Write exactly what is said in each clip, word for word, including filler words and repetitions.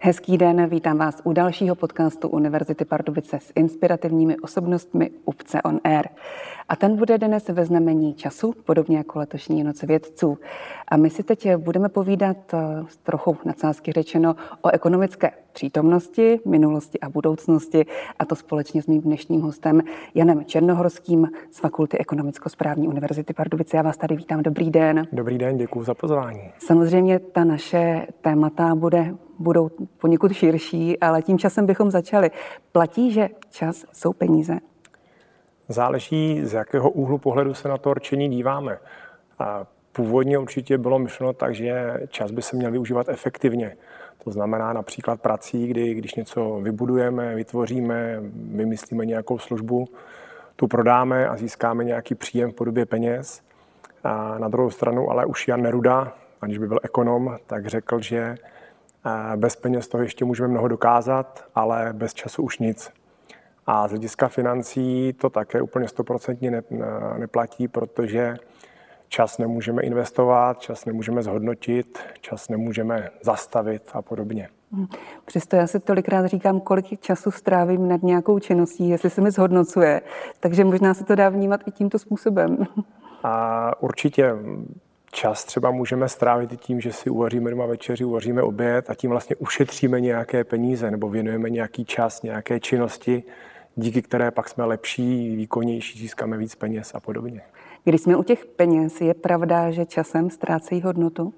Hezký den, vítám vás u dalšího podcastu Univerzity Pardubice s inspirativními osobnostmi U P C E On Air. A ten bude dnes ve znamení času, podobně jako letošní Noc vědců. A my si teď budeme povídat s trochou nadsázky řečeno o ekonomické přítomnosti, minulosti a budoucnosti, a to společně s mým dnešním hostem Janem Černohorským z Fakulty Ekonomicko-správní Univerzity Pardubice. Já vás tady vítám, dobrý den. Dobrý den, děkuji za pozvání. Samozřejmě ta naše témata bude, budou poněkud širší, ale tím časem bychom začali. Platí, že čas jsou peníze? Záleží, z jakého úhlu pohledu se na to určení díváme. A původně určitě bylo myšleno tak, že čas by se měl využívat efektivně. To znamená například prací, kdy když něco vybudujeme, vytvoříme, vymyslíme nějakou službu, tu prodáme a získáme nějaký příjem v podobě peněz. A na druhou stranu ale už Jan Neruda, aniž by byl ekonom, tak řekl, že bez peněz toho ještě můžeme mnoho dokázat, ale bez času už nic. A z hlediska financí to také úplně stoprocentně neplatí, protože čas nemůžeme investovat, čas nemůžeme zhodnotit, čas nemůžeme zastavit a podobně. Přesto já si tolikrát říkám, kolik času strávím nad nějakou činností, jestli se mi zhodnocuje. Takže možná se to dá vnímat i tímto způsobem. A určitě čas třeba můžeme strávit i tím, že si uvaříme doma večeři, uvaříme oběd a tím vlastně ušetříme nějaké peníze nebo věnujeme nějaký čas, nějaké činnosti, díky které pak jsme lepší, výkonnější, získáme víc peněz a podobně. Když jsme u těch peněz, je pravda, že časem ztrácejí hodnotu?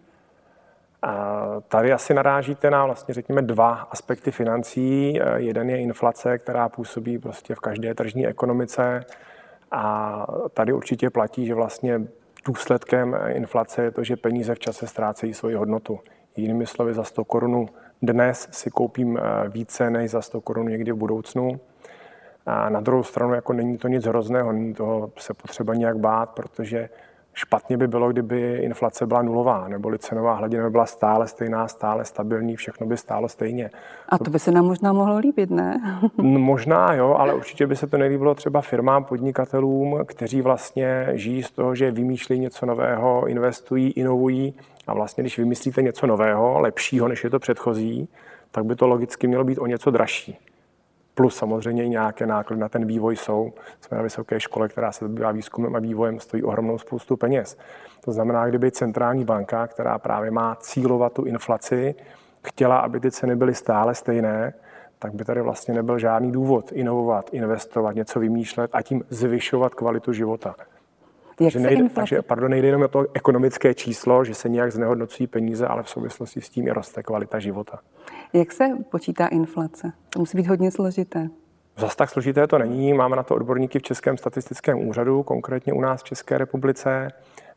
A tady asi narážíte na vlastně řekněme dva aspekty financí. Jeden je inflace, která působí prostě v každé tržní ekonomice a tady určitě platí, že vlastně důsledkem inflace je to, že peníze v čase ztrácejí svoji hodnotu. Jinými slovy, za sto korun dnes si koupím více než za sto korun někdy v budoucnu. A na druhou stranu jako není to nic hrozného, není toho se potřeba nějak bát, protože špatně by bylo, kdyby inflace byla nulová, neboli cenová hladina by byla stále stejná, stále stabilní, všechno by stálo stejně. A to by se nám možná mohlo líbit, ne? Možná jo, ale určitě by se to nelíbilo třeba firmám, podnikatelům, kteří vlastně žijí z toho, že vymýšlejí něco nového, investují, inovují a vlastně když vymyslíte něco nového, lepšího, než je to předchozí, tak by to logicky mělo být o něco dražší. Plus samozřejmě i nějaké náklady na ten vývoj jsou. Jsme na vysoké škole, která se zabývá výzkumem a vývojem, stojí ohromnou spoustu peněz. To znamená, kdyby centrální banka, která právě má cílovat tu inflaci, chtěla, aby ty ceny byly stále stejné, tak by tady vlastně nebyl žádný důvod inovovat, investovat, něco vymýšlet a tím zvyšovat kvalitu života. Jak že nejde, takže, pardon, nejde jenom o to ekonomické číslo, že se nějak znehodnocují peníze, ale v souvislosti s tím i roste kvalita života. Jak se počítá inflace? To musí být hodně složité. Zas tak složité to není. Máme na to odborníky v Českém statistickém úřadu, konkrétně u nás v České republice.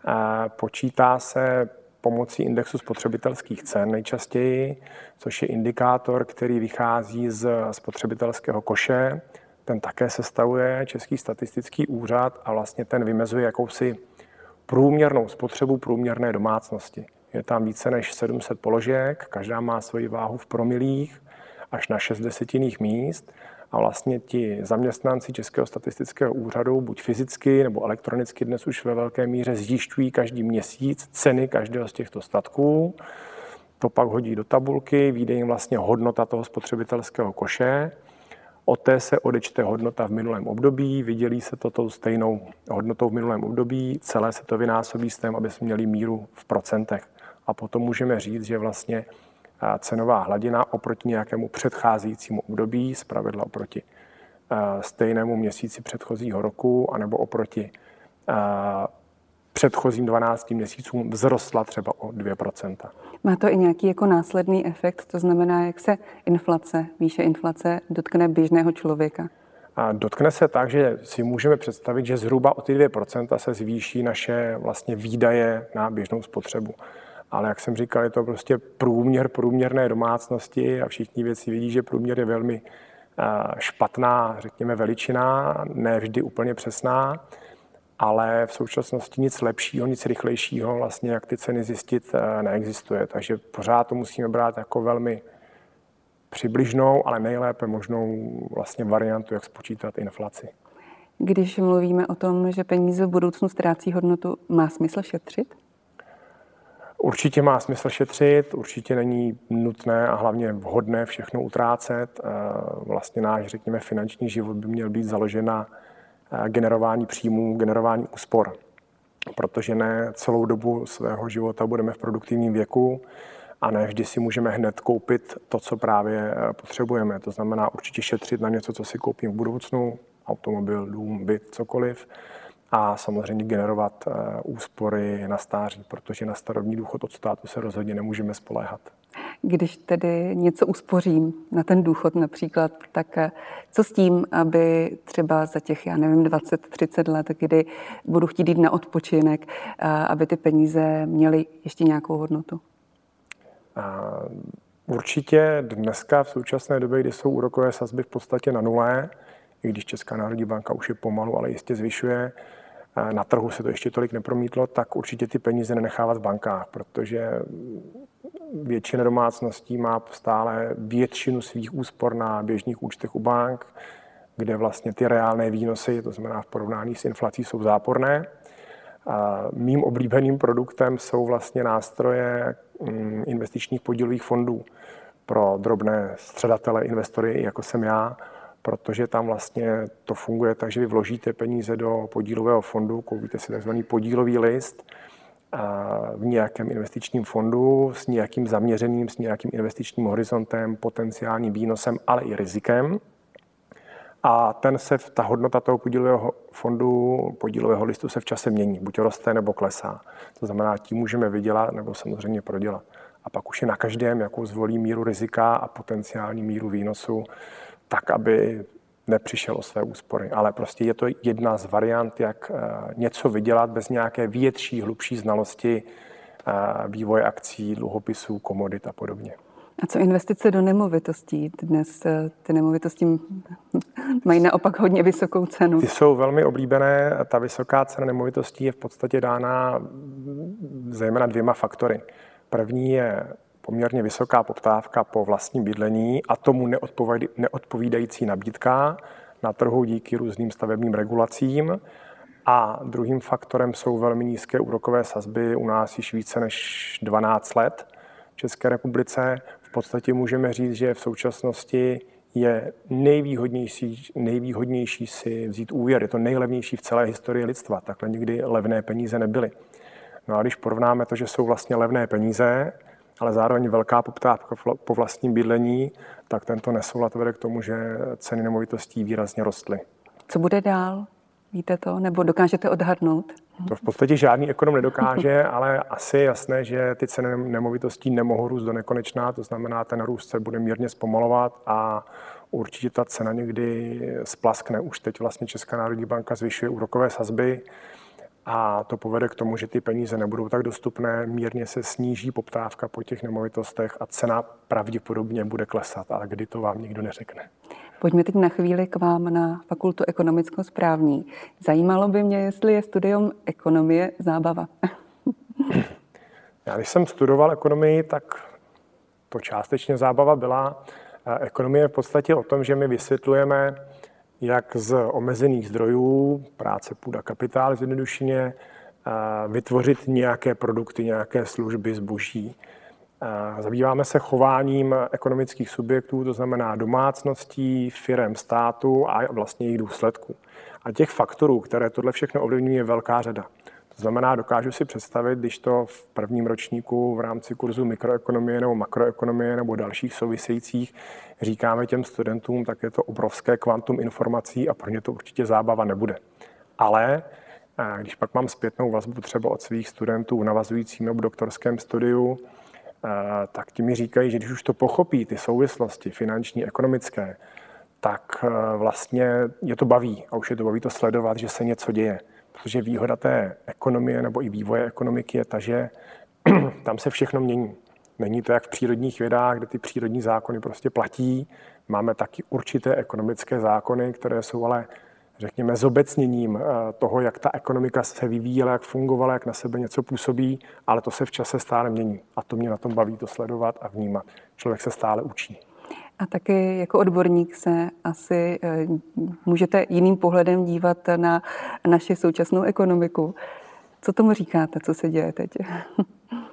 Počítá se pomocí indexu spotřebitelských cen nejčastěji, což je indikátor, který vychází z spotřebitelského koše. Ten také sestavuje Český statistický úřad a vlastně ten vymezuje jakousi průměrnou spotřebu průměrné domácnosti. Je tam více než sedm set položek, každá má svoji váhu v promilích až na šest desetinných míst a vlastně ti zaměstnanci Českého statistického úřadu buď fyzicky nebo elektronicky dnes už ve velké míře zjišťují každý měsíc ceny každého z těchto statků. To pak hodí do tabulky, vyjde jim vlastně hodnota toho spotřebitelského koše. Od té se odečte hodnota v minulém období, vydělí se to tou stejnou hodnotou v minulém období, celé se to vynásobí s tím, aby jsme měli míru v procentech. A potom můžeme říct, že vlastně cenová hladina oproti nějakému předcházejícímu období, zpravidla oproti stejnému měsíci předchozího roku, anebo oproti předchozím dvanácti měsícům vzrostla třeba o dvě procenta. Má to i nějaký jako následný efekt, to znamená, jak se inflace, výše inflace dotkne běžného člověka? A dotkne se tak, že si můžeme představit, že zhruba o ty dvě procenta se zvýší naše vlastně výdaje na běžnou spotřebu. Ale jak jsem říkal, je to prostě průměr průměrné domácnosti a všichni věci vidí, že průměr je velmi špatná, řekněme, veličina, ne vždy úplně přesná, ale v současnosti nic lepšího, nic rychlejšího, vlastně jak ty ceny zjistit, neexistuje. Takže pořád to musíme brát jako velmi přibližnou, ale nejlépe možnou vlastně variantu, jak spočítat inflaci. Když mluvíme o tom, že peníze v budoucnu ztrácí hodnotu, má smysl šetřit? Určitě má smysl šetřit, určitě není nutné a hlavně vhodné všechno utrácet. Vlastně náš, řekněme, finanční život by měl být založen na generování příjmů, generování úspor. Protože ne celou dobu svého života budeme v produktivním věku a ne vždy si můžeme hned koupit to, co právě potřebujeme. To znamená určitě šetřit na něco, co si koupím v budoucnu, automobil, dům, byt, cokoliv. A samozřejmě generovat úspory na stáří, protože na starobní důchod od státu se rozhodně nemůžeme spoléhat. Když tedy něco uspořím na ten důchod například, tak co s tím, aby třeba za těch, já nevím, dvacet třicet let, kdy budu chtít jít na odpočinek, aby ty peníze měly ještě nějakou hodnotu? Určitě dneska v současné době, kdy jsou úrokové sazby v podstatě na nule, i když Česká národní banka už je pomalu, ale jistě zvyšuje, na trhu se to ještě tolik nepromítlo, tak určitě ty peníze nenechávat v bankách, protože většina domácností má stále většinu svých úspor na běžných účtech u bank, kde vlastně ty reálné výnosy, to znamená v porovnání s inflací, jsou záporné. A mým oblíbeným produktem jsou vlastně nástroje investičních podílových fondů pro drobné středatele, investory, jako jsem já, protože tam vlastně to funguje tak, že vy vložíte peníze do podílového fondu, koupíte si takzvaný podílový list v nějakém investičním fondu s nějakým zaměřeným, s nějakým investičním horizontem, potenciálním výnosem, ale i rizikem. A ten se, ta hodnota toho podílového fondu, podílového listu se v čase mění, buď roste nebo klesá. To znamená, tím můžeme vydělat nebo samozřejmě prodělat. A pak už je na každém, jakou zvolí míru rizika a potenciální míru výnosu, tak, aby nepřišel o své úspory. Ale prostě je to jedna z variant, jak něco vydělat bez nějaké větší, hlubší znalosti vývoje akcí, dluhopisů, komodit a podobně. A co investice do nemovitostí? Dnes ty nemovitosti mají naopak hodně vysokou cenu. Ty jsou velmi oblíbené. Ta vysoká cena nemovitostí je v podstatě dána zejména dvěma faktory. První je poměrně vysoká poptávka po vlastním bydlení a tomu neodpovídající nabídka na trhu díky různým stavebním regulacím. A druhým faktorem jsou velmi nízké úrokové sazby, u nás již více než dvanáct let v České republice. V podstatě můžeme říct, že v současnosti je nejvýhodnější, nejvýhodnější si vzít úvěr. Je to nejlevnější v celé historii lidstva. Takhle nikdy levné peníze nebyly. No a když porovnáme to, že jsou vlastně levné peníze, ale zároveň velká poptávka po vlastním bydlení, tak tento nesoulad vede k tomu, že ceny nemovitostí výrazně rostly. Co bude dál? Víte to? Nebo dokážete odhadnout? To v podstatě žádný ekonom nedokáže, ale asi je jasné, že ty ceny nemovitostí nemohou růst do nekonečna, to znamená, ten růst se bude mírně zpomalovat a určitě ta cena někdy splaskne. Už teď vlastně Česká národní banka zvyšuje úrokové sazby a to povede k tomu, že ty peníze nebudou tak dostupné, mírně se sníží poptávka po těch nemovitostech a cena pravděpodobně bude klesat, ale kdy to vám nikdo neřekne. Pojďme teď na chvíli k vám na fakultu ekonomicko-správní. Zajímalo by mě, jestli je studium ekonomie zábava. Já když jsem studoval ekonomii, tak to částečně zábava byla. Ekonomie je v podstatě o tom, že my vysvětlujeme, jak z omezených zdrojů, práce, půda, kapitál, zjednodušeně, vytvořit nějaké produkty, nějaké služby, zboží. Zabýváme se chováním ekonomických subjektů, to znamená domácností, firem, státu a vlastně jejich důsledků. A těch faktorů, které tohle všechno ovlivňují, je velká řada. To znamená, dokážu si představit, když to v prvním ročníku v rámci kurzu mikroekonomie nebo makroekonomie nebo dalších souvisejících říkáme těm studentům, tak je to obrovské kvantum informací a pro ně to určitě zábava nebude. Ale když pak mám zpětnou vazbu třeba od svých studentů v navazujícím nebo doktorském studiu, tak ti mi říkají, že když už to pochopí, ty souvislosti finanční, ekonomické, tak vlastně je to baví a už je to baví to sledovat, že se něco děje. Protože výhoda té ekonomie nebo i vývoje ekonomiky je ta, že tam se všechno mění. Není to jak v přírodních vědách, kde ty přírodní zákony prostě platí. Máme taky určité ekonomické zákony, které jsou ale, řekněme, zobecněním toho, jak ta ekonomika se vyvíjela, jak fungovala, jak na sebe něco působí, ale to se v čase stále mění. A to mě na tom baví to sledovat a vnímat. Člověk se stále učí. A taky jako odborník se asi můžete jiným pohledem dívat na naši současnou ekonomiku. Co tomu říkáte, co se děje teď?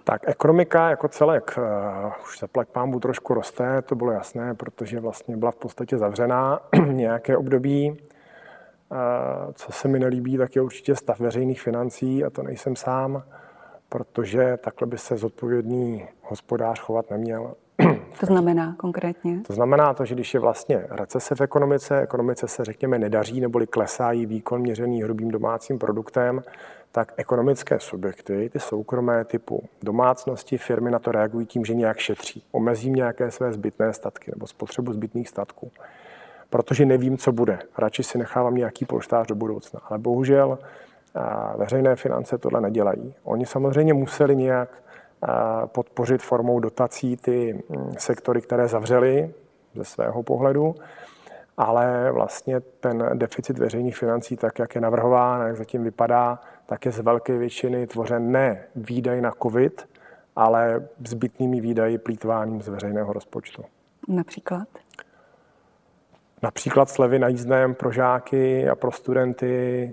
Tak ekonomika jako celek uh, už zaplať pánbůh trošku roste, to bylo jasné, protože vlastně byla v podstatě zavřená nějaké období. Uh, co se mi nelíbí, tak je určitě stav veřejných financí a to nejsem sám, protože takhle by se zodpovědný hospodář chovat neměl. To znamená konkrétně? To znamená to, že když je vlastně recese v ekonomice, ekonomice se řekněme nedaří neboli klesá jí výkon měřený hrubým domácím produktem, tak ekonomické subjekty, ty soukromé typu domácnosti, firmy na to reagují tím, že nějak šetří. Omezím nějaké své zbytné statky nebo spotřebu zbytných statků. Protože nevím, co bude. Radši si nechávám nějaký polštář do budoucna. Ale bohužel veřejné finance tohle nedělají. Oni samozřejmě museli nějak podpořit formou dotací ty sektory, které zavřely ze svého pohledu, ale vlastně ten deficit veřejných financí, tak jak je navrhován, jak zatím vypadá, tak je z velké většiny tvořen ne výdaj na covid, ale zbytnými výdaji plýtváním z veřejného rozpočtu. Například? Například slevy na jízdném pro žáky a pro studenty,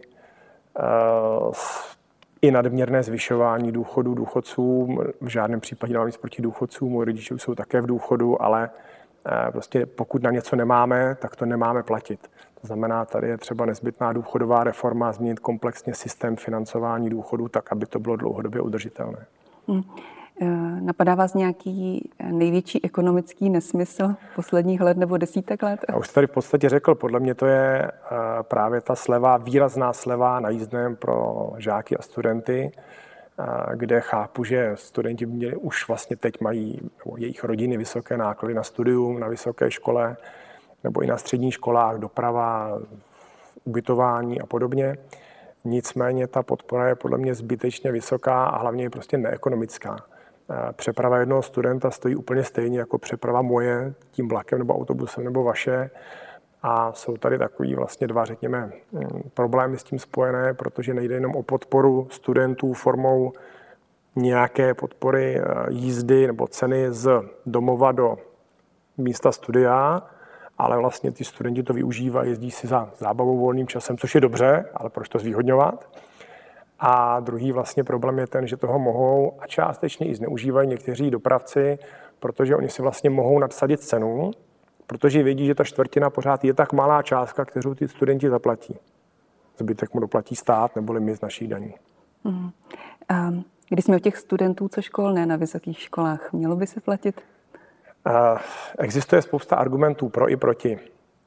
i nadměrné zvyšování důchodů důchodcům. V žádném případě nemám nic proti důchodcům, moji rodiče už jsou také v důchodu, ale prostě pokud na něco nemáme, tak to nemáme platit. To znamená, tady je třeba nezbytná důchodová reforma, změnit komplexně systém financování důchodů tak, aby to bylo dlouhodobě udržitelné. Hmm. Napadá vás nějaký největší ekonomický nesmysl posledních let nebo desítek let? Já už tady v podstatě řekl, podle mě to je právě ta sleva, výrazná sleva na jízdném pro žáky a studenty, kde chápu, že studenti měli, už vlastně teď mají, nebo jejich rodiny, vysoké náklady na studium, na vysoké škole, nebo i na středních školách, doprava, ubytování a podobně. Nicméně ta podpora je podle mě zbytečně vysoká a hlavně je prostě neekonomická. Přeprava jednoho studenta stojí úplně stejně jako přeprava moje tím vlakem nebo autobusem nebo vaše. A jsou tady takový vlastně dva, řekněme, problémy s tím spojené, protože nejde jenom o podporu studentů formou nějaké podpory jízdy nebo ceny z domova do místa studia, ale vlastně ty studenti to využívají, jezdí si za zábavou volným časem, což je dobře, ale proč to zvýhodňovat? A druhý vlastně problém je ten, že toho mohou a částečně i zneužívají někteří dopravci, protože oni si vlastně mohou nadsadit cenu, protože vědí, že ta čtvrtina pořád je tak malá částka, kterou ty studenti zaplatí. Zbytek mu doplatí stát neboli my z našich daní. Hmm. A když jsme u těch studentů, co školné na vysokých školách, mělo by se platit? Existuje spousta argumentů pro i proti.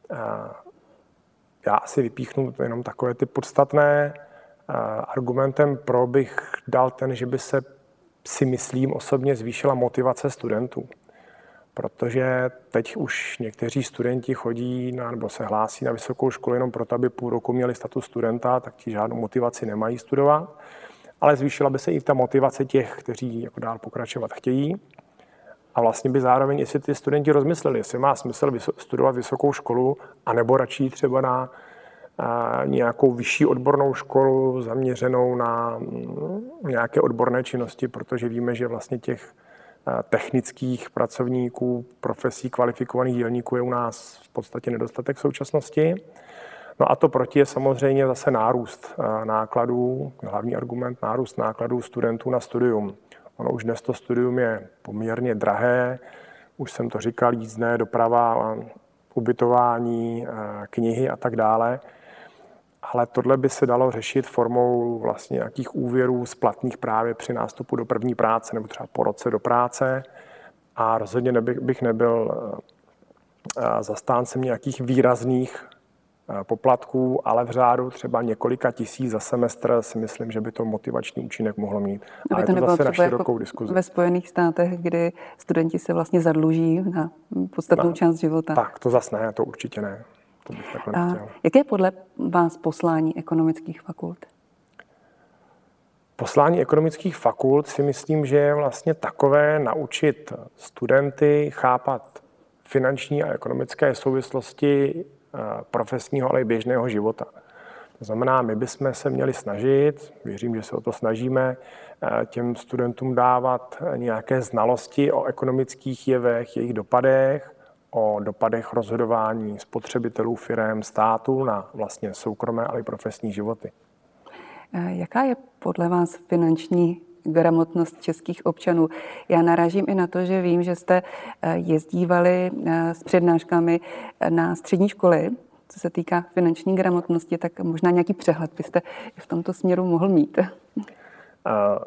Já asi vypíchnu jenom takové ty podstatné. Argumentem pro bych dal ten, že by se, si myslím, osobně zvýšila motivace studentů. Protože teď už někteří studenti chodí na, nebo se hlásí na vysokou školu jenom proto, aby půl roku měli status studenta, tak ti žádnou motivaci nemají studovat. Ale zvýšila by se i ta motivace těch, kteří jako dál pokračovat chtějí. A vlastně by zároveň, jestli ty studenti rozmysleli, jestli má smysl studovat vysokou školu, anebo radši třeba na a, nějakou vyšší odbornou školu zaměřenou na nějaké odborné činnosti, protože víme, že vlastně těch technických pracovníků, profesí, kvalifikovaných dělníků je u nás v podstatě nedostatek v současnosti. No a to proti je samozřejmě zase nárůst nákladů, hlavní argument, nárůst nákladů studentů na studium. Ono už dnes to studium je poměrně drahé, už jsem to říkal, jízdné, doprava, ubytování, knihy a tak dále. Ale tohle by se dalo řešit formou vlastně nějakých úvěrů splatných právě při nástupu do první práce nebo třeba po roce do práce. A rozhodně nebych, bych nebyl zastáncem nějakých výrazných poplatků, ale v řádu třeba několika tisíc za semestr si myslím, že by to motivační účinek mohlo mít. Aby to, to nebylo třeba jako diskuzi. Ve Spojených státech, kdy studenti se vlastně zadluží na podstatnou no, část života. Tak, to zase ne, to určitě ne. To bych takhle nechtěl. Jaké je podle vás poslání ekonomických fakult? Poslání ekonomických fakult si myslím, že je vlastně takové naučit studenty chápat finanční a ekonomické souvislosti profesního, ale i běžného života. To znamená, my bychom se měli snažit, věřím, že se o to snažíme, těm studentům dávat nějaké znalosti o ekonomických jevech, jejich dopadech, o dopadech rozhodování spotřebitelů, firem, státu na vlastně soukromé, ale i profesní životy. Jaká je podle vás finanční gramotnost českých občanů. Já narážím i na to, že vím, že jste jezdívali s přednáškami na střední školy, co se týká finanční gramotnosti, tak možná nějaký přehled byste v tomto směru mohl mít. Uh...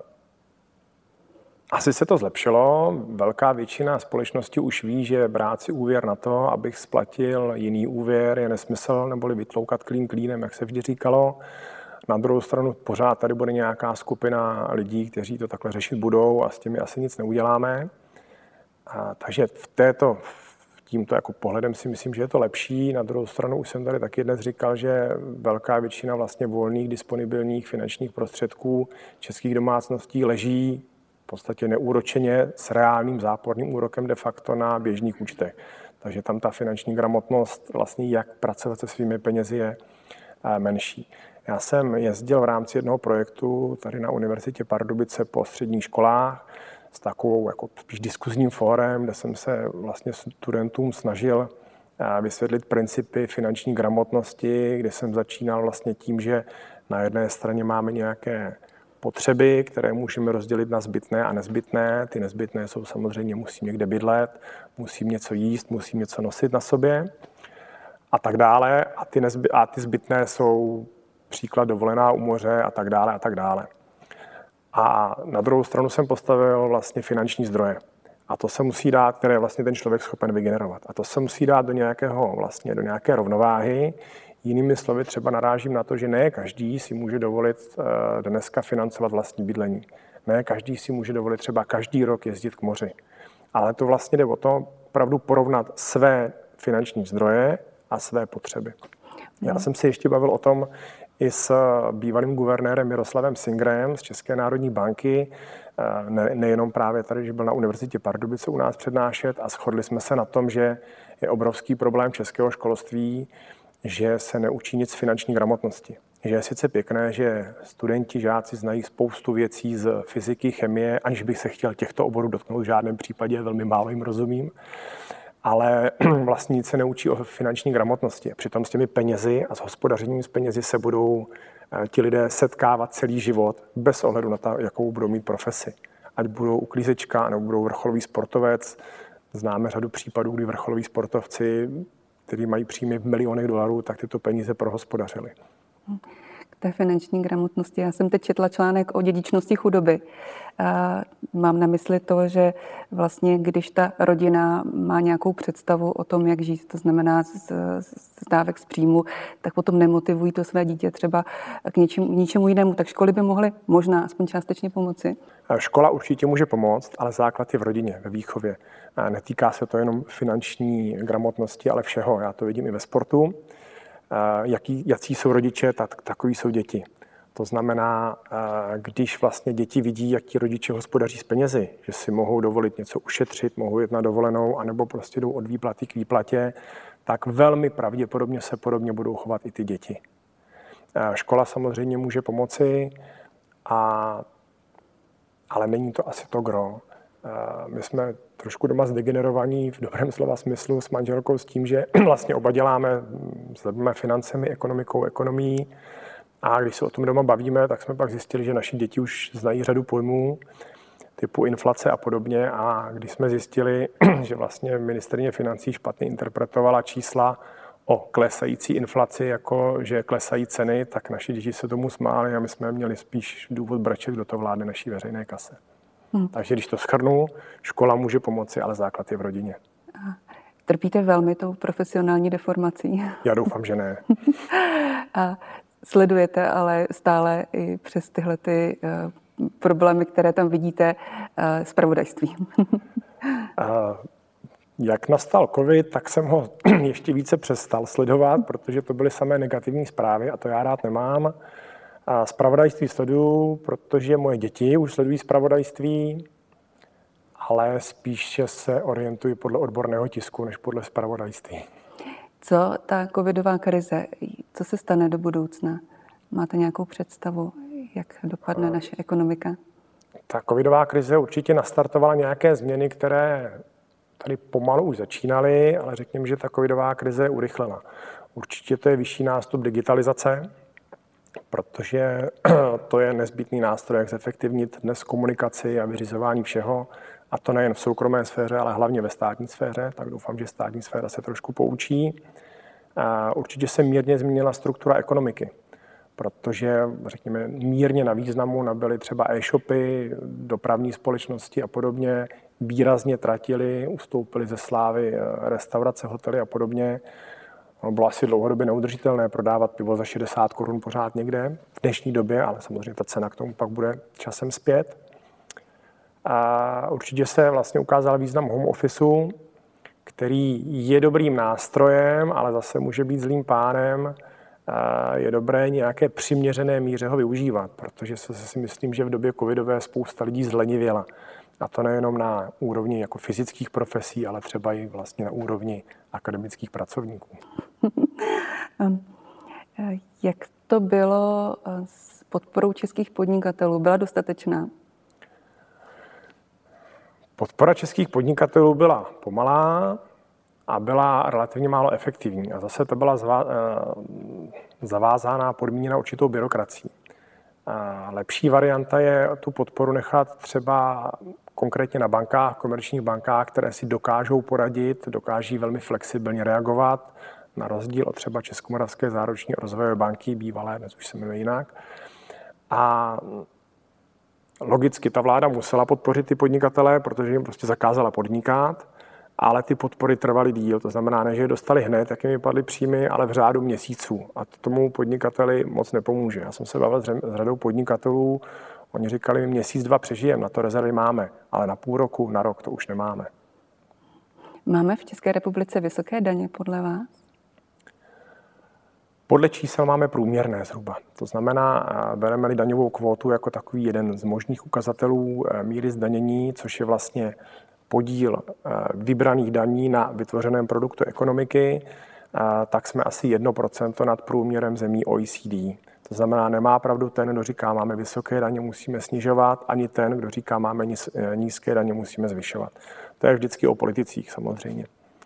Asi se to zlepšilo. Velká většina společností už ví, že brát si úvěr na to, abych splatil jiný úvěr, je nesmysl, neboli vytloukat klín klínem, jak se vždy říkalo. Na druhou stranu pořád tady bude nějaká skupina lidí, kteří to takhle řešit budou a s těmi asi nic neuděláme. A, takže v této, tímto jako pohledem si myslím, že je to lepší. Na druhou stranu už jsem tady taky dnes říkal, že velká většina vlastně volných disponibilních finančních prostředků českých domácností leží v podstatě neúročeně s reálným záporným úrokem de facto na běžných účtech. Takže tam ta finanční gramotnost, vlastně jak pracovat se svými penězi, je menší. Já jsem jezdil v rámci jednoho projektu tady na Univerzitě Pardubice po středních školách s takovou jako spíš diskuzním fórem, kde jsem se vlastně studentům snažil vysvětlit principy finanční gramotnosti, kde jsem začínal vlastně tím, že na jedné straně máme nějaké potřeby, které můžeme rozdělit na zbytné a nezbytné. Ty nezbytné jsou samozřejmě, musím někde bydlet, musím něco jíst, musím něco nosit na sobě a tak dále. A ty, nezby, a ty zbytné jsou příklad dovolená u moře a tak dále a tak dále. A na druhou stranu jsem postavil vlastně finanční zdroje. A to se musí dát, které je vlastně ten člověk schopen vygenerovat. A to se musí dát do nějakého, vlastně do nějaké rovnováhy. Jinými slovy třeba narážím na to, že ne každý si může dovolit dneska financovat vlastní bydlení. Ne každý si může dovolit třeba každý rok jezdit k moři. Ale to vlastně jde o to opravdu porovnat své finanční zdroje a své potřeby. Já jsem si ještě bavil o tom i s bývalým guvernérem Miroslavem Singrem z České národní banky, ne, nejenom právě tady, že byl na Univerzitě Pardubice u nás přednášet a shodli jsme se na tom, že je obrovský problém českého školství, že se neučí nic z finanční gramotnosti. Že je sice pěkné, že studenti, žáci znají spoustu věcí z fyziky, chemie, aniž bych se chtěl těchto oborů dotknout v žádném případě, velmi málo jim rozumím, ale vlastně nic se neučí o finanční gramotnosti. Přitom s těmi penězi a s hospodařením s penězi se budou ti lidé setkávat celý život bez ohledu na to, jakou budou mít profesi. Ať budou uklízečka, nebo budou vrcholový sportovec. Známe řadu případů, kdy vrcholoví sportovci, kteří mají příjmy v milionech dolarů, tak tyto peníze prohospodařili. K té finanční gramotnosti. Já jsem teď četla článek o dědičnosti chudoby. Mám na mysli to, že vlastně, když ta rodina má nějakou představu o tom, jak žít, to znamená z, z dávek z příjmu, tak potom nemotivují to své dítě třeba k něčemu, ničemu jinému. Tak školy by mohly možná aspoň částečně pomoci. Škola určitě může pomoct, ale základ je v rodině, ve výchově. Netýká se to jenom finanční gramotnosti, ale všeho. Já to vidím i ve sportu. Jaký, jací jsou rodiče, tak takový jsou děti. To znamená, když vlastně děti vidí, jak ti rodiče hospodaří s penězi, že si mohou dovolit něco ušetřit, mohou jít na dovolenou, anebo prostě jdou od výplaty k výplatě, tak velmi pravděpodobně se podobně budou chovat i ty děti. Škola samozřejmě může pomoci, a, ale není to asi to gro. My jsme trošku doma zdegenerovaní v dobrém slova smyslu s manželkou s tím, že vlastně oba děláme, sledujeme financemi, ekonomikou, ekonomií. A když se o tom doma bavíme, tak jsme pak zjistili, že naši děti už znají řadu pojmů typu inflace a podobně. A když jsme zjistili, že vlastně ministryně financí špatně interpretovala čísla o klesající inflaci, jako že klesají ceny, tak naši děti se tomu smáli a my jsme měli spíš důvod brečet, kdo to vládne naší veřejné kase. Hmm. Takže když to shrnu, škola může pomoci, ale základ je v rodině. Trpíte velmi tou profesionální deformací? Já doufám, že ne. A sledujete ale stále i přes tyhle ty uh, problémy, které tam vidíte, uh, zpravodajství. uh, jak nastal covid, tak jsem ho ještě více přestal sledovat, protože to byly samé negativní zprávy a to já rád nemám. A zpravodajství sleduju, protože moje děti už sledují zpravodajství, ale spíše se orientují podle odborného tisku, než podle zpravodajství. Co ta covidová krize, co se stane do budoucna? Máte nějakou představu, jak dopadne a naše ekonomika? Ta covidová krize určitě nastartovala nějaké změny, které tady pomalu už začínaly, ale řekněme, že ta covidová krize je urychlena. Určitě to je vyšší nástup digitalizace. protože to je nezbytný nástroj, jak zefektivnit dnes komunikaci a vyřizování všeho, a to nejen v soukromé sféře, ale hlavně ve státní sféře, tak doufám, že státní sféra se trošku poučí. A určitě se mírně změnila struktura ekonomiky, protože, řekněme, mírně na významu nabyly třeba e-shopy, dopravní společnosti a podobně, výrazně tratili, ustoupili ze slávy restaurace, hotely a podobně. Ono bylo asi dlouhodobě neudržitelné prodávat pivo za šedesát korun pořád někde v dnešní době, ale samozřejmě ta cena k tomu pak bude časem zpět. A určitě se vlastně ukázal význam home officeu, který je dobrým nástrojem, ale zase může být zlým pánem. Je dobré nějaké přiměřené míře ho využívat, protože se si myslím, že v době covidové spousta lidí zlenivěla. A to nejenom na úrovni jako fyzických profesí, ale třeba i vlastně na úrovni akademických pracovníků. Jak to bylo s podporou českých podnikatelů? Byla dostatečná? Podpora českých podnikatelů byla pomalá a byla relativně málo efektivní. A zase to byla zavázána podmíněna určitou byrokracií. Lepší varianta je tu podporu nechat třeba konkrétně na bankách, komerčních bankách, které si dokážou poradit, dokáží velmi flexibilně reagovat, na rozdíl od třeba Českomoravské záruční rozvojové banky, bývalé, dnes už se jmenuje jinak. A logicky ta vláda musela podpořit ty podnikatele, protože jim prostě zakázala podnikat, ale ty podpory trvaly díl. To znamená, ne, že je dostali hned, tak jim vypadly příjmy, ale v řádu měsíců. A to tomu podnikateli moc nepomůže. Já jsem se bavil s řadou podnikatelů, oni říkali, měsíc, dva přežijeme, na to rezervy máme, ale na půl roku, na rok to už nemáme. Máme v České republice vysoké daně podle vás? Podle čísel máme průměrné zhruba. To znamená, bereme-li daňovou kvótu jako takový jeden z možných ukazatelů míry zdanění, což je vlastně podíl vybraných daní na vytvořeném produktu ekonomiky, tak jsme asi jedno procento nad průměrem zemí O E C D. To znamená, nemá pravdu ten, kdo říká, máme vysoké daně, musíme snižovat, ani ten, kdo říká, máme nízké daně, musíme zvyšovat. To je vždycky o politicích samozřejmě.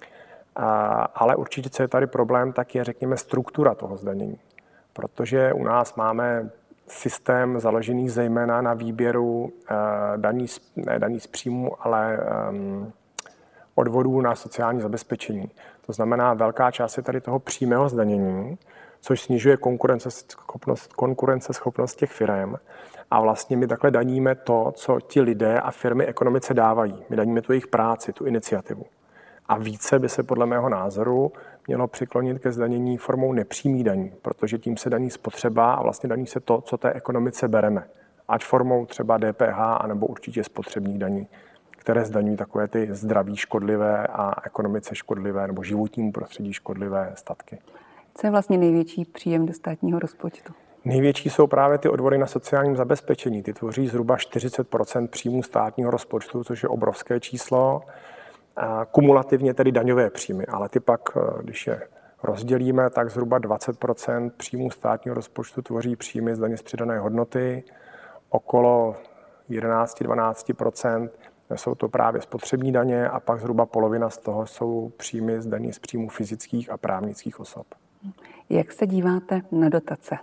Ale určitě, co je tady problém, tak je, řekněme, struktura toho zdanění. Protože u nás máme systém založený zejména na výběru daní, ne daní z příjmu, ale um, odvodů na sociální zabezpečení. To znamená, velká část je tady toho přímého zdanění, což snižuje konkurenceschopnost, konkurenceschopnost těch firem. A vlastně my takhle daníme to, co ti lidé a firmy ekonomice dávají. My daníme tu jejich práci, tu iniciativu. A více by se podle mého názoru mělo přiklonit ke zdanění formou nepřímých daní, protože tím se daní spotřeba a vlastně daní se to, co té ekonomice bereme. Ať formou třeba D P H, anebo určitě spotřebních daní, které zdaňují takové ty zdraví škodlivé a ekonomice škodlivé nebo životnímu prostředí škodlivé statky. Co je vlastně největší příjem do státního rozpočtu? Největší jsou právě ty odvody na sociálním zabezpečení. Ty tvoří zhruba čtyřicet procent příjmů státního rozpočtu, což je obrovské číslo. Kumulativně tedy daňové příjmy, ale ty pak, když je rozdělíme, tak zhruba dvacet procent příjmů státního rozpočtu tvoří příjmy z daně z přidané hodnoty, okolo jedenáct až dvanáct procent jsou to právě spotřební daně a pak zhruba polovina z toho jsou příjmy z daní z příjmů fyzických a právnických osob. Jak se díváte na dotace?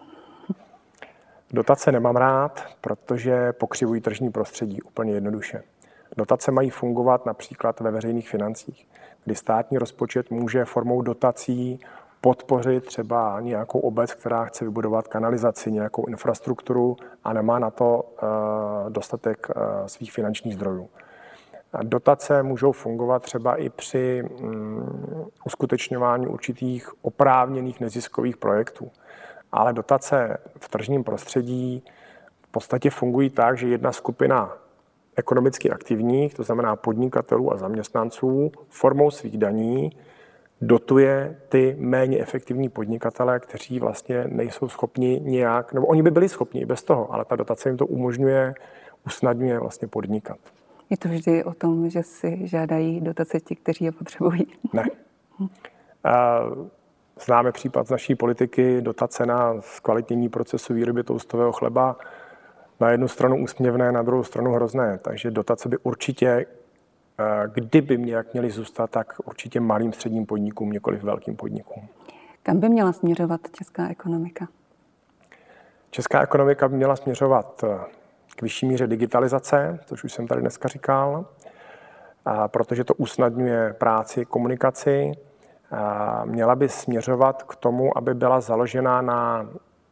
Dotace nemám rád, protože pokřivují tržní prostředí úplně jednoduše. Dotace mají fungovat například ve veřejných financích, kdy státní rozpočet může formou dotací podpořit třeba nějakou obec, která chce vybudovat kanalizaci, nějakou infrastrukturu a nemá na to dostatek svých finančních zdrojů. Dotace můžou fungovat třeba i při uskutečňování určitých oprávněných neziskových projektů. Ale dotace v tržním prostředí v podstatě fungují tak, že jedna skupina ekonomicky aktivních, to znamená podnikatelů a zaměstnanců, formou svých daní dotuje ty méně efektivní podnikatele, kteří vlastně nejsou schopni nějak, nebo oni by byli schopni i bez toho, ale ta dotace jim to umožňuje, usnadňuje vlastně podnikat. Je to vždy o tom, že si žádají dotace ti, kteří je potřebují? Ne. Známe případ z naší politiky, dotace na zkvalitnění procesu výroby toustového chleba, na jednu stranu úsměvné, na druhou stranu hrozné. Takže dotace by určitě, kdyby nějak měly zůstat, tak určitě malým středním podnikům, nikoliv velkým podnikům. Kam by měla směřovat česká ekonomika? Česká ekonomika by měla směřovat k vyšší míře digitalizace, což už jsem tady dneska říkal, a protože to usnadňuje práci, komunikaci. A měla by směřovat k tomu, aby byla založena na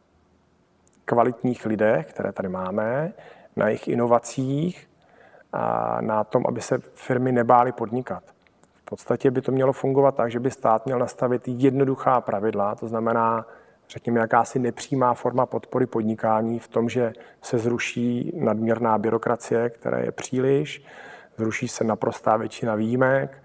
kvalitních lidech, které tady máme, na jejich inovacích a na tom, aby se firmy nebály podnikat. V podstatě by to mělo fungovat tak, že by stát měl nastavit jednoduchá pravidla, to znamená, řekněme, jakási nepřímá forma podpory podnikání v tom, že se zruší nadměrná byrokracie, která je příliš, zruší se naprostá většina výjimek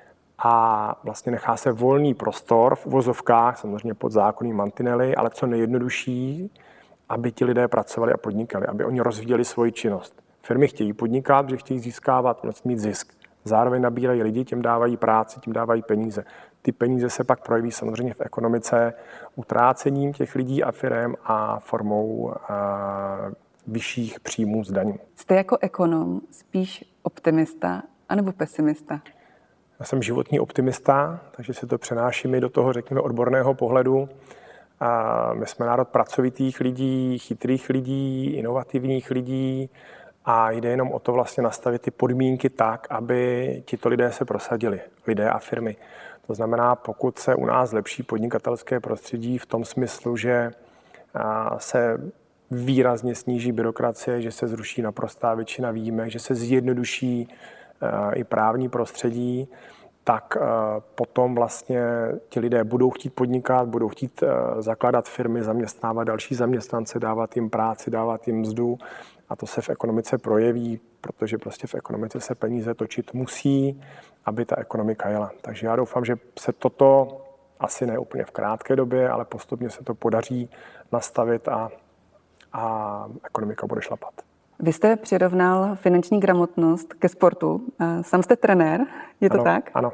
a vlastně nechá se volný prostor v uvozovkách, samozřejmě pod zákonnými mantinely, ale co nejjednodušší, aby ti lidé pracovali a podnikali, aby oni rozvíjeli svoji činnost. Firmy chtějí podnikat, že chtějí získávat, mít zisk. Zároveň nabírají lidi, těm dávají práci, tím dávají peníze. Ty peníze se pak projeví samozřejmě v ekonomice utrácením těch lidí a firem a formou a, vyšších příjmů z daní. Jste jako ekonom spíš optimista anebo pesimista? Já jsem životní optimista, takže si to přenáším i do toho, řekněme, odborného pohledu. A my jsme národ pracovitých lidí, chytrých lidí, inovativních lidí a jde jenom o to vlastně nastavit ty podmínky tak, aby tito lidé se prosadili, lidé a firmy. To znamená, pokud se u nás zlepší podnikatelské prostředí v tom smyslu, že se výrazně sníží byrokracie, že se zruší naprostá většina výjimek, že se zjednoduší i právní prostředí, tak potom vlastně ti lidé budou chtít podnikat, budou chtít zakládat firmy, zaměstnávat další zaměstnance, dávat jim práci, dávat jim mzdu a to se v ekonomice projeví, protože prostě v ekonomice se peníze točit musí, aby ta ekonomika jela. Takže já doufám, že se toto asi ne úplně v krátké době, ale postupně se to podaří nastavit a, a ekonomika bude šlapat. Vy jste přirovnal finanční gramotnost ke sportu. Sám jste trenér, je to ano, tak? Ano.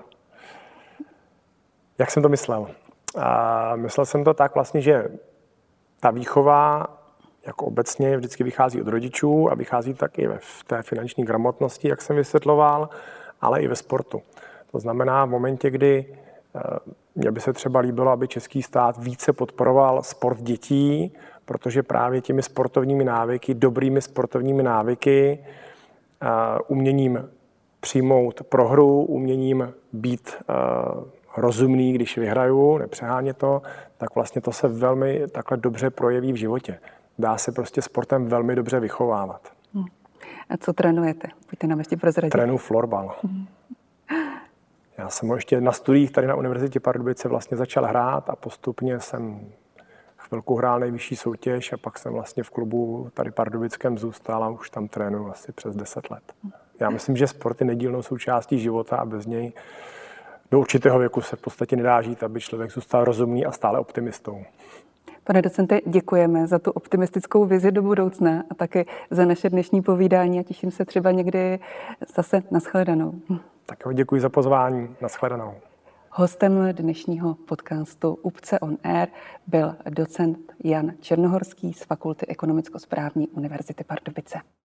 Jak jsem to myslel? A myslel jsem to tak vlastně, že ta výchova jako obecně vždycky vychází od rodičů a vychází taky v té finanční gramotnosti, jak jsem vysvětloval, ale i ve sportu. To znamená v momentě, kdy mně by se třeba líbilo, aby český stát více podporoval sport dětí, protože právě těmi sportovními návyky, dobrými sportovními návyky, uměním přijmout prohru, uměním být rozumný, když vyhraju, nepřehánět to, tak vlastně to se velmi takhle dobře projeví v životě. Dá se prostě sportem velmi dobře vychovávat. Hmm. A co trénujete? Pojďte nám ještě prozradit. Trénuji florbal. Hmm. Já jsem ještě na studiích tady na Univerzitě Pardubice vlastně začal hrát a postupně jsem chvilku hrál nejvyšší soutěž a pak jsem vlastně v klubu tady pardubickém zůstal a už tam trénuji asi přes deset let. Já myslím, že sport je nedílnou součástí života a bez něj do určitého věku se v podstatě nedá žít, aby člověk zůstal rozumný a stále optimistou. Pane docente, děkujeme za tu optimistickou vizi do budoucna a také za naše dnešní povídání a těším se třeba někdy zase na shledanou. Tak jo, děkuji za pozvání. Na shledanou. Hostem dnešního podcastu U P C E on Air byl docent Jan Černohorský z Fakulty ekonomicko-správní Univerzity Pardubice.